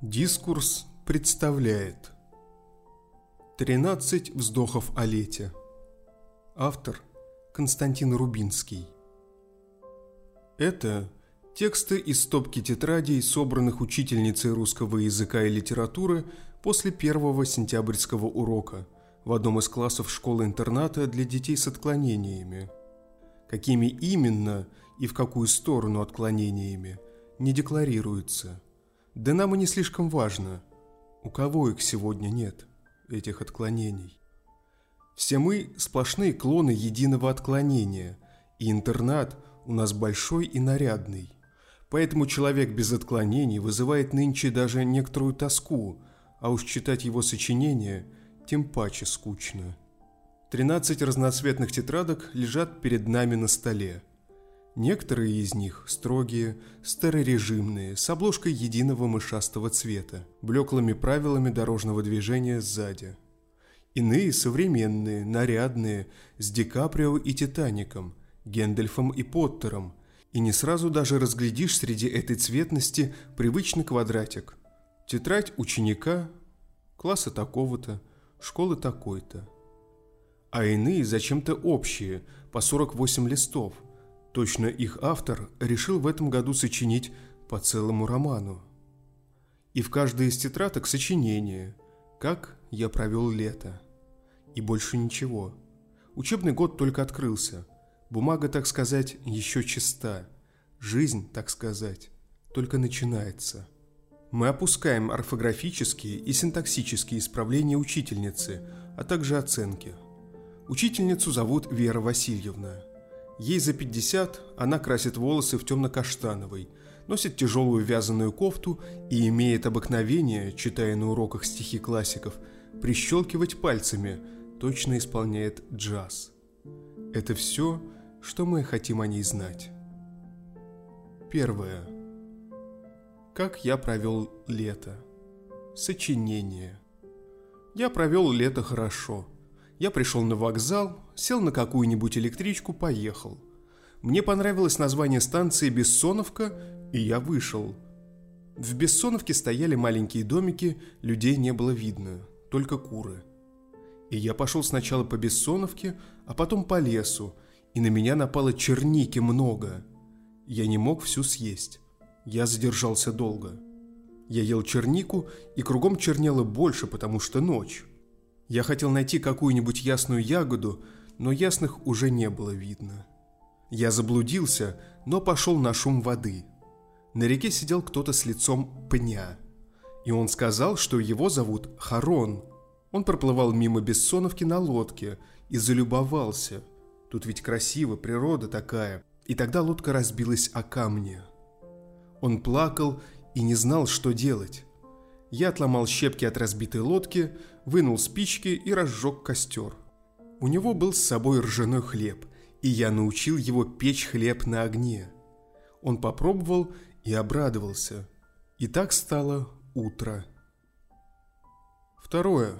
Дискурс представляет 13 вздохов о лете. Автор Константин Рубинский. Это тексты из стопки тетрадей, собранных учительницей русского языка и литературы после первого сентябрьского урока в одном из классов школы-интерната для детей с отклонениями. Какими именно и в какую сторону отклонениями не декларируется. Да нам и не слишком важно, у кого их сегодня нет, этих отклонений. Все мы сплошные клоны единого отклонения, и интернат у нас большой и нарядный. Поэтому человек без отклонений вызывает нынче даже некоторую тоску, а уж читать его сочинения тем паче скучно. 13 разноцветных тетрадок лежат перед нами на столе. Некоторые из них строгие, старорежимные, с обложкой единого мышастого цвета, блеклыми правилами дорожного движения сзади. Иные современные, нарядные, с Ди Каприо и Титаником, Гэндальфом и Поттером, и не сразу даже разглядишь среди этой цветности привычный квадратик. Тетрадь ученика, класса такого-то, школы такой-то. А иные зачем-то общие, по 48 листов. Точно их автор решил в этом году сочинить по целому роману. И в каждой из тетрадок сочинение «Как я провел лето». И больше ничего. Учебный год только открылся. Бумага, так сказать, еще чиста. Жизнь, так сказать, только начинается. Мы опускаем орфографические и синтаксические исправления учительницы, а также оценки. Учительницу зовут Вера Васильевна. Ей за 50, она красит волосы в темно-каштановый, носит тяжелую вязаную кофту и имеет обыкновение, читая на уроках стихи классиков, прищелкивать пальцами, точно исполняет джаз. Это все, что мы хотим о ней знать. Первое. Как я провел лето? Сочинение. Я провел лето хорошо. Я пришел на вокзал, сел на какую-нибудь электричку, поехал. Мне понравилось название станции Бессоновка, и я вышел. В Бессоновке стояли маленькие домики, людей не было видно, только куры. И я пошел сначала по Бессоновке, а потом по лесу, и на меня напало черники много. Я не мог всю съесть. Я задержался долго. Я ел чернику, и кругом чернело больше, потому что ночь. Я хотел найти какую-нибудь ясную ягоду, но ясных уже не было видно. Я заблудился, но пошел на шум воды. На реке сидел кто-то с лицом пня, и он сказал, что его зовут Харон. Он проплывал мимо Бессоновки на лодке и залюбовался. Тут ведь красиво, природа такая. И тогда лодка разбилась о камни. Он плакал и не знал, что делать. Я отломал щепки от разбитой лодки, вынул спички и разжег костер. У него был с собой ржаной хлеб, и я научил его печь хлеб на огне. Он попробовал и обрадовался. И так стало утро. Второе.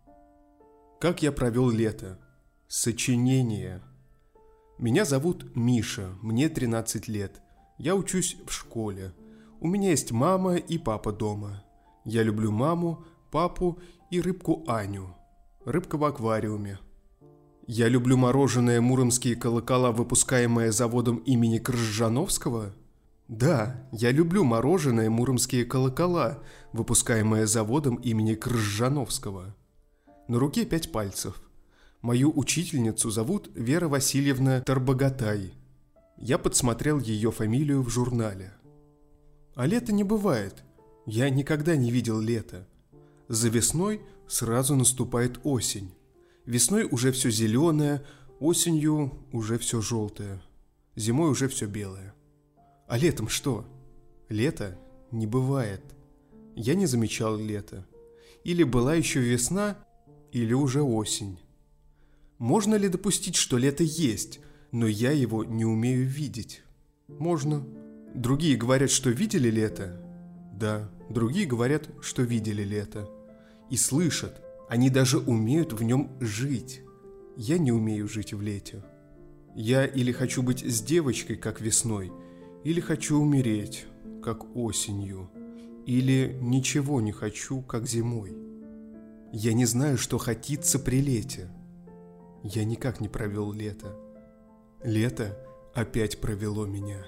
Как я провел лето? Сочинение. Меня зовут Миша, мне 13 лет. Я учусь в школе. У меня есть мама и папа дома. Я люблю маму, папу и рыбку Аню. Рыбка в аквариуме. Я люблю мороженое «Муромские колокола», выпускаемое заводом имени Кржановского. Да, я люблю мороженое «Муромские колокола», выпускаемое заводом имени Кржановского. На руке 5 пальцев. Мою учительницу зовут Вера Васильевна Тарбагатай. Я подсмотрел ее фамилию в журнале. А лета не бывает. Я никогда не видел лета. За весной сразу наступает осень. Весной уже все зеленое, осенью уже все желтое, зимой уже все белое. А летом что? Лета не бывает. Я не замечал лета. Или была еще весна, или уже осень. Можно ли допустить, что лето есть, но я его не умею видеть? Можно. Другие говорят, что видели лето. Да, другие говорят, что видели лето. И слышат, они даже умеют в нем жить. Я не умею жить в лете. Я или хочу быть с девочкой, как весной, или хочу умереть, как осенью. Или ничего не хочу, как зимой. Я не знаю, что хотится при лете. Я никак не провел лето. Лето опять провело меня.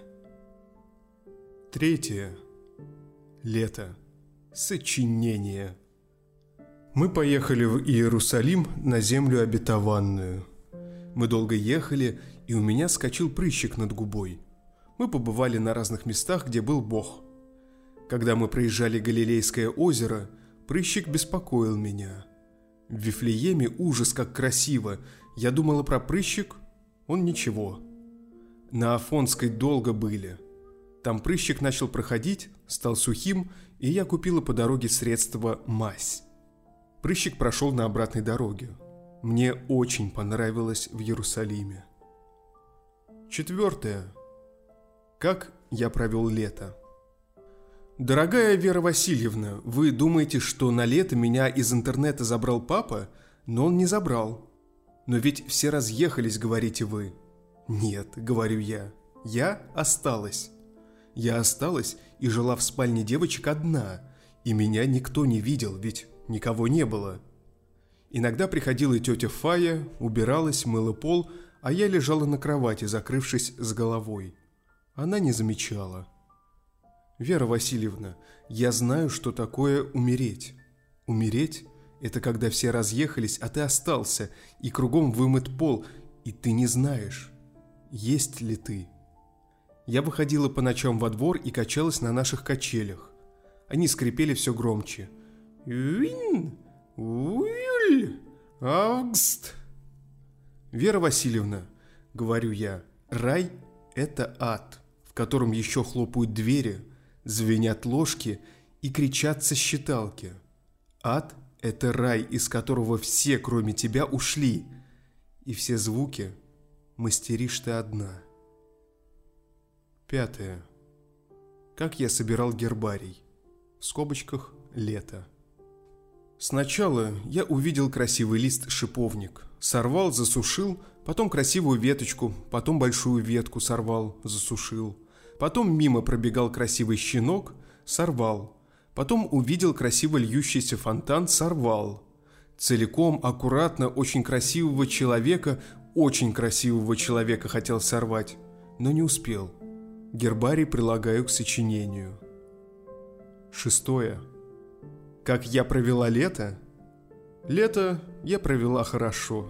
3. Лето. Сочинение. Мы поехали в Иерусалим на землю обетованную. Мы долго ехали, и у меня скочил прыщик над губой. Мы побывали на разных местах, где был Бог. Когда мы проезжали Галилейское озеро, прыщик беспокоил меня. В Вифлееме ужас, как красиво. Я думала про прыщик, он ничего. На Афонской долго были. Там прыщик начал проходить, стал сухим, и я купила по дороге средство мазь. Прыщик прошел на обратной дороге. Мне очень понравилось в Иерусалиме. 4. Как я провел лето. Дорогая Вера Васильевна, вы думаете, что на лето меня из интернета забрал папа? Но он не забрал. Но ведь все разъехались, говорите вы. Нет, говорю я. Я осталась. Я осталась и жила в спальне девочек одна. И меня никто не видел, ведь никого не было. Иногда приходила тетя Фая, убиралась, мыла пол, а я лежала на кровати, закрывшись с головой. Она не замечала. Вера Васильевна, я знаю, что такое умереть. Умереть – это когда все разъехались, а ты остался, и кругом вымыт пол, и ты не знаешь, есть ли ты. Я выходила по ночам во двор и качалась на наших качелях. Они скрипели все громче. Уин, уиль, авгст. Вера Васильевна, говорю я, рай – это ад, в котором еще хлопают двери, звенят ложки и кричатся считалки. Ад – это рай, из которого все, кроме тебя, ушли. И все звуки мастеришь ты одна. 5. Как я собирал гербарий. В скобочках лето. Сначала я увидел красивый лист шиповник. Сорвал, засушил, потом красивую веточку, потом большую ветку сорвал, засушил. Потом мимо пробегал красивый щенок, сорвал. Потом увидел красиво льющийся фонтан, сорвал. Целиком, аккуратно, очень красивого человека хотел сорвать, но не успел. Гербарий прилагаю к сочинению. 6. Как я провела лето? Лето я провела хорошо.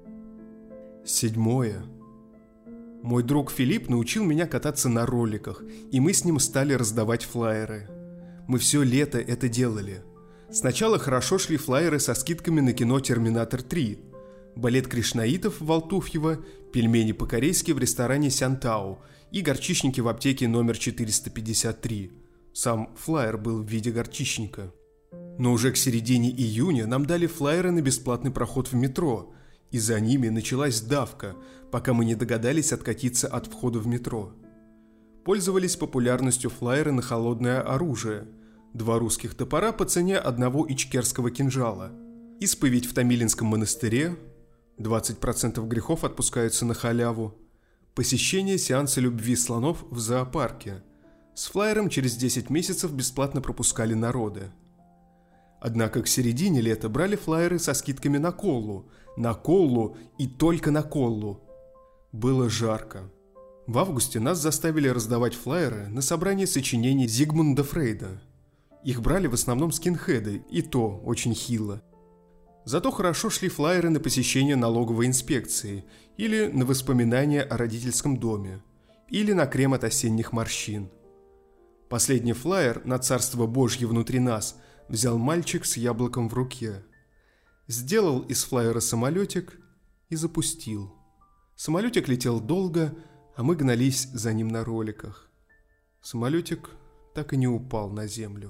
7. Мой друг Филипп научил меня кататься на роликах, и мы с ним стали раздавать флаеры. Мы все лето это делали. Сначала хорошо шли флаеры со скидками на кино «Терминатор 3», балет кришнаитов в Алтуфьево, пельмени по-корейски в ресторане «Сянтау» и горчичники в аптеке номер 453. Сам флаер был в виде горчичника. Но уже к середине июня нам дали флаеры на бесплатный проход в метро, и за ними началась давка, пока мы не догадались откатиться от входа в метро. Пользовались популярностью флаеры на холодное оружие. 2 русских топора по цене 1 ичкерского кинжала. Исповедь в Томилинском монастыре. 20% грехов отпускаются на халяву. Посещение сеанса любви слонов в зоопарке. С флаером через 10 месяцев бесплатно пропускали народы. Однако к середине лета брали флаеры со скидками на колу и только на колу. Было жарко. В августе нас заставили раздавать флаеры на собрании сочинений Зигмунда Фрейда. Их брали в основном скинхеды, и то очень хило. Зато хорошо шли флаеры на посещение налоговой инспекции, или на воспоминания о родительском доме, или на крем от осенних морщин. Последний флаер на «Царство Божье внутри нас» взял мальчик с яблоком в руке. Сделал из флаера самолетик и запустил. Самолетик летел долго, а мы гнались за ним на роликах. Самолетик так и не упал на землю.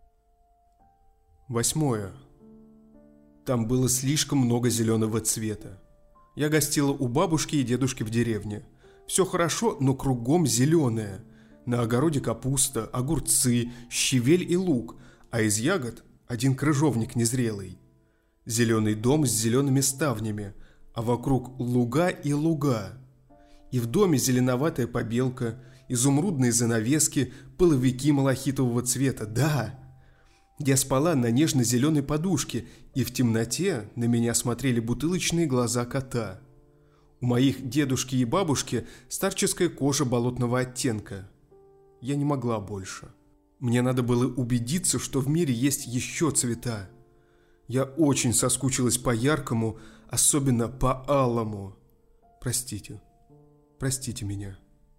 8. Там было слишком много зеленого цвета. Я гостила у бабушки и дедушки в деревне. Все хорошо, но кругом зеленое. На огороде капуста, огурцы, щавель и лук, а из ягод один крыжовник незрелый. Зеленый дом с зелеными ставнями, а вокруг луга и луга. И в доме зеленоватая побелка, изумрудные занавески, половики малахитового цвета. Да! Я спала на нежно-зеленой подушке, и в темноте на меня смотрели бутылочные глаза кота. У моих дедушки и бабушки старческая кожа болотного оттенка. Я не могла больше. Мне надо было убедиться, что в мире есть еще цвета. Я очень соскучилась по яркому, особенно по алому. Простите. Простите меня.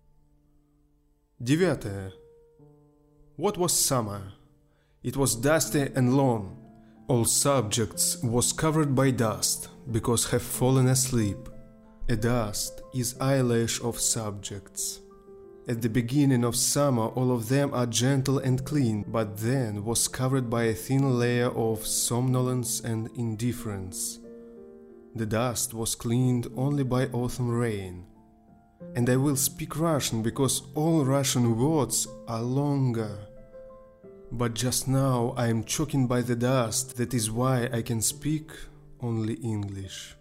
9. What was summer? It was dusty and long. All subjects was covered by dust, because have fallen asleep. A dust is eyelash of subjects. At the beginning of summer all of them are gentle and clean, but then was covered by a thin layer of somnolence and indifference. The dust was cleaned only by autumn rain. And I will speak Russian, because all Russian words are longer. But just now I am choking by the dust, that is why I can speak only English.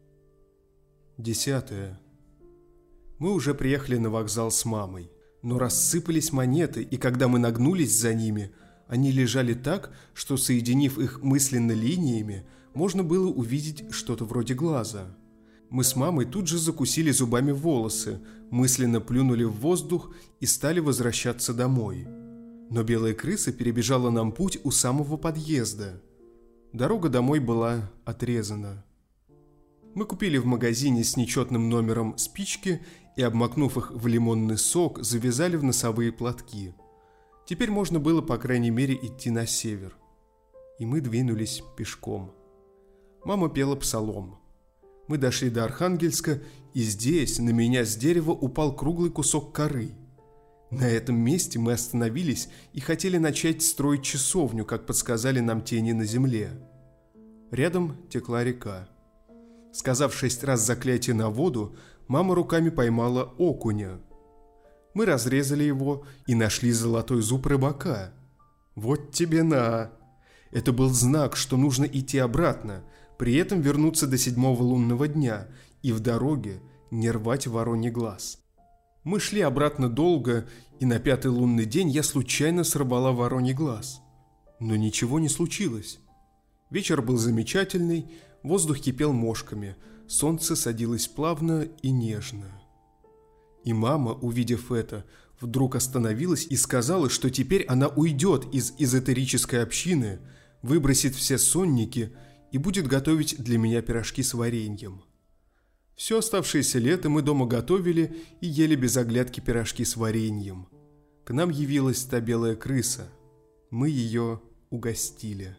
10. Мы уже приехали на вокзал с мамой, но рассыпались монеты, и когда мы нагнулись за ними, они лежали так, что, соединив их мысленно линиями, можно было увидеть что-то вроде глаза. Мы с мамой тут же закусили зубами волосы, мысленно плюнули в воздух и стали возвращаться домой. Но белая крыса перебежала нам путь у самого подъезда. Дорога домой была отрезана. Мы купили в магазине с нечетным номером спички и, обмакнув их в лимонный сок, завязали в носовые платки. Теперь можно было, по крайней мере, идти на север. И мы двинулись пешком. Мама пела псалом. Мы дошли до Архангельска, и здесь на меня с дерева упал круглый кусок коры. На этом месте мы остановились и хотели начать строить часовню, как подсказали нам тени на земле. Рядом текла река. Сказав 6 раз заклятие на воду, мама руками поймала окуня. Мы разрезали его и нашли золотой зуб рыбака. Вот тебе на! Это был знак, что нужно идти обратно, при этом вернуться до 7-го лунного дня и в дороге не рвать вороний глаз. Мы шли обратно долго, и на 5-й лунный день я случайно сорвала вороний глаз. Но ничего не случилось. Вечер был замечательный, воздух кипел мошками, солнце садилось плавно и нежно. И мама, увидев это, вдруг остановилась и сказала, что теперь она уйдет из эзотерической общины, выбросит все сонники и будет готовить для меня пирожки с вареньем. Все оставшееся лето мы дома готовили и ели без оглядки пирожки с вареньем. К нам явилась та белая крыса. Мы ее угостили.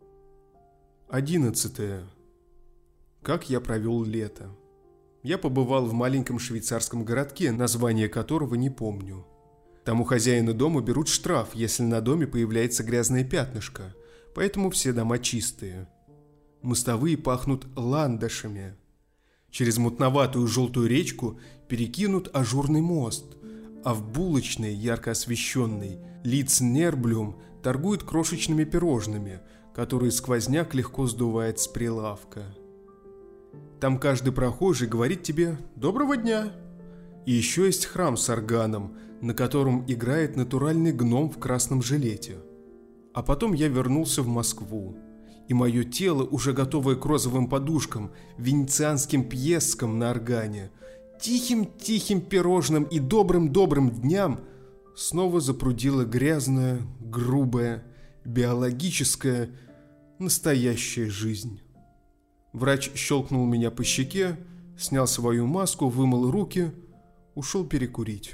11. Как я провел лето. Я побывал в маленьком швейцарском городке, название которого не помню. Там у хозяина дома берут штраф, если на доме появляется грязное пятнышко, поэтому все дома чистые. Мостовые пахнут ландышами. Через мутноватую желтую речку перекинут ажурный мост, а в булочной, ярко освещенной, Лицнерблюм торгует крошечными пирожными, которые сквозняк легко сдувает с прилавка. Там каждый прохожий говорит тебе «доброго дня». И еще есть храм с органом, на котором играет натуральный гном в красном жилете. А потом я вернулся в Москву, и мое тело, уже готовое к розовым подушкам, венецианским пьескам на органе, тихим-тихим пирожным и добрым-добрым дням, снова запрудила грязная, грубая, биологическая, настоящая жизнь. Врач щелкнул меня по щеке, снял свою маску, вымыл руки, ушел перекурить.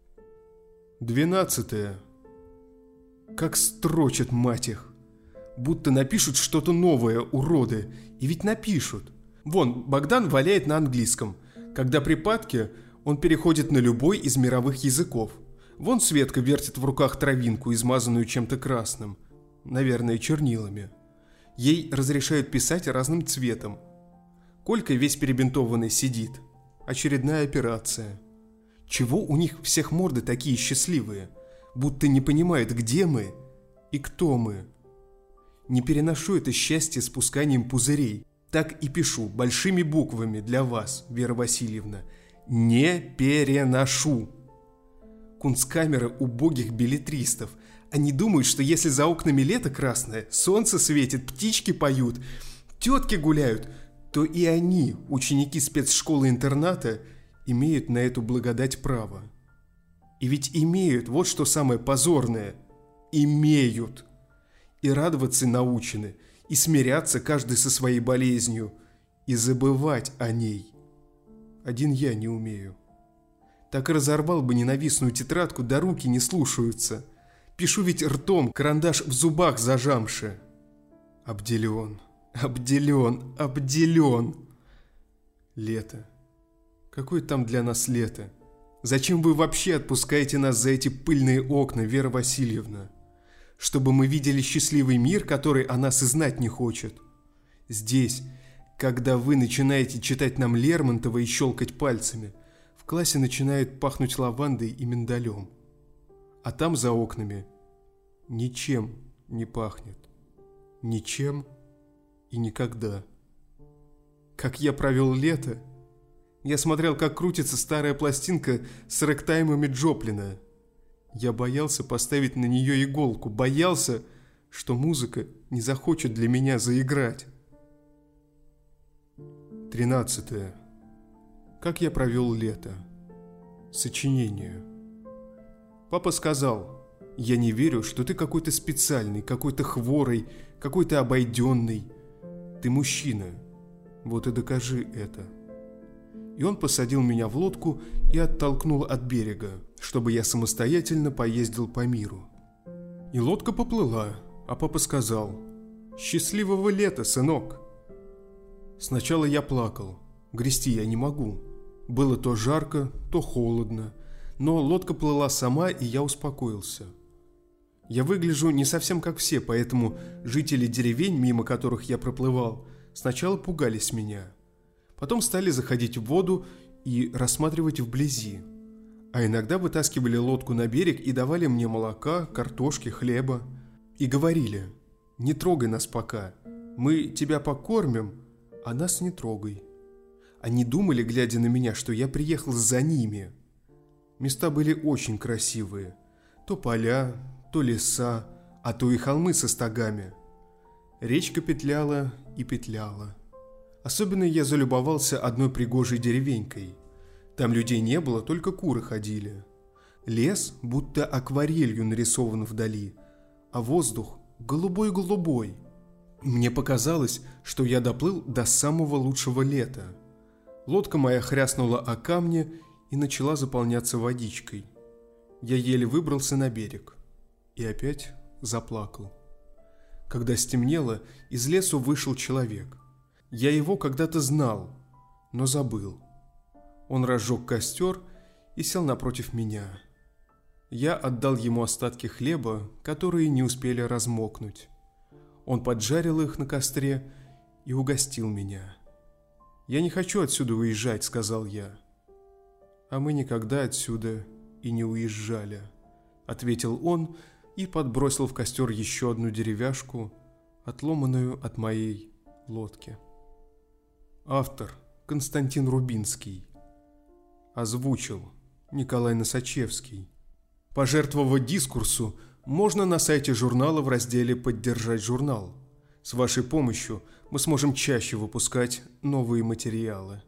12. Как строчат, мать их! Будто напишут что-то новое, уроды. И ведь напишут. Вон, Богдан валяет на английском. Когда припадки, он переходит на любой из мировых языков. Вон Светка вертит в руках травинку, измазанную чем-то красным. Наверное, чернилами. Ей разрешают писать разным цветом. Колька весь перебинтованный сидит. Очередная операция. Чего у них всех морды такие счастливые? Будто не понимают, где мы и кто мы. Не переношу это счастье спусканием пузырей. Так и пишу большими буквами для вас, Вера Васильевна. Не переношу. Кунсткамера убогих беллетристов. Они думают, что если за окнами лето красное, солнце светит, птички поют, тетки гуляют, то и они, ученики спецшколы-интерната, имеют на эту благодать право. И ведь имеют, вот что самое позорное, имеют. И радоваться научены, и смиряться каждый со своей болезнью, и забывать о ней. Один я не умею. Так и разорвал бы ненавистную тетрадку, да руки не слушаются. Пишу ведь ртом, карандаш в зубах зажамши. Обделен, обделен, обделен. Лето. Какое там для нас лето? Зачем вы вообще отпускаете нас за эти пыльные окна, Вера Васильевна? Чтобы мы видели счастливый мир, который о нас и знать не хочет. Здесь, когда вы начинаете читать нам Лермонтова и щелкать пальцами, в классе начинает пахнуть лавандой и миндалем. А там за окнами ничем не пахнет. Ничем и никогда. Как я провел лето? Я смотрел, как крутится старая пластинка с рэктаймами Джоплина. Я боялся поставить на нее иголку, боялся, что музыка не захочет для меня заиграть. 13. Как я провел лето? Сочинение. Папа сказал: я не верю, что ты какой-то специальный, какой-то хворый, какой-то обойденный. Ты мужчина. Вот и докажи это. И он посадил меня в лодку и оттолкнул от берега, чтобы я самостоятельно поездил по миру. И лодка поплыла, а папа сказал: «Счастливого лета, сынок!» Сначала я плакал, грести я не могу. Было то жарко, то холодно, но лодка плыла сама, и я успокоился. Я выгляжу не совсем как все, поэтому жители деревень, мимо которых я проплывал, сначала пугались меня. Потом стали заходить в воду и рассматривать вблизи. А иногда вытаскивали лодку на берег и давали мне молока, картошки, хлеба. И говорили: «Не трогай нас пока, мы тебя покормим, а нас не трогай». Они думали, глядя на меня, что я приехал за ними. Места были очень красивые. То поля, то леса, а то и холмы со стогами. Речка петляла и петляла. Особенно я залюбовался одной пригожей деревенькой. Там людей не было, только куры ходили. Лес будто акварелью нарисован вдали, а воздух голубой-голубой. Мне показалось, что я доплыл до самого лучшего лета. Лодка моя хряснула о камни и начала заполняться водичкой. Я еле выбрался на берег и опять заплакал. Когда стемнело, из лесу вышел человек. Я его когда-то знал, но забыл. Он разжег костер и сел напротив меня. Я отдал ему остатки хлеба, которые не успели размокнуть. Он поджарил их на костре и угостил меня. «Я не хочу отсюда уезжать», — сказал я. «А мы никогда отсюда и не уезжали», — ответил он и подбросил в костер еще одну деревяшку, отломанную от моей лодки. Автор Константин Рубинский. Озвучил Николай Носачевский. Пожертвовать дискурсу можно на сайте журнала в разделе «Поддержать журнал». С вашей помощью мы сможем чаще выпускать новые материалы.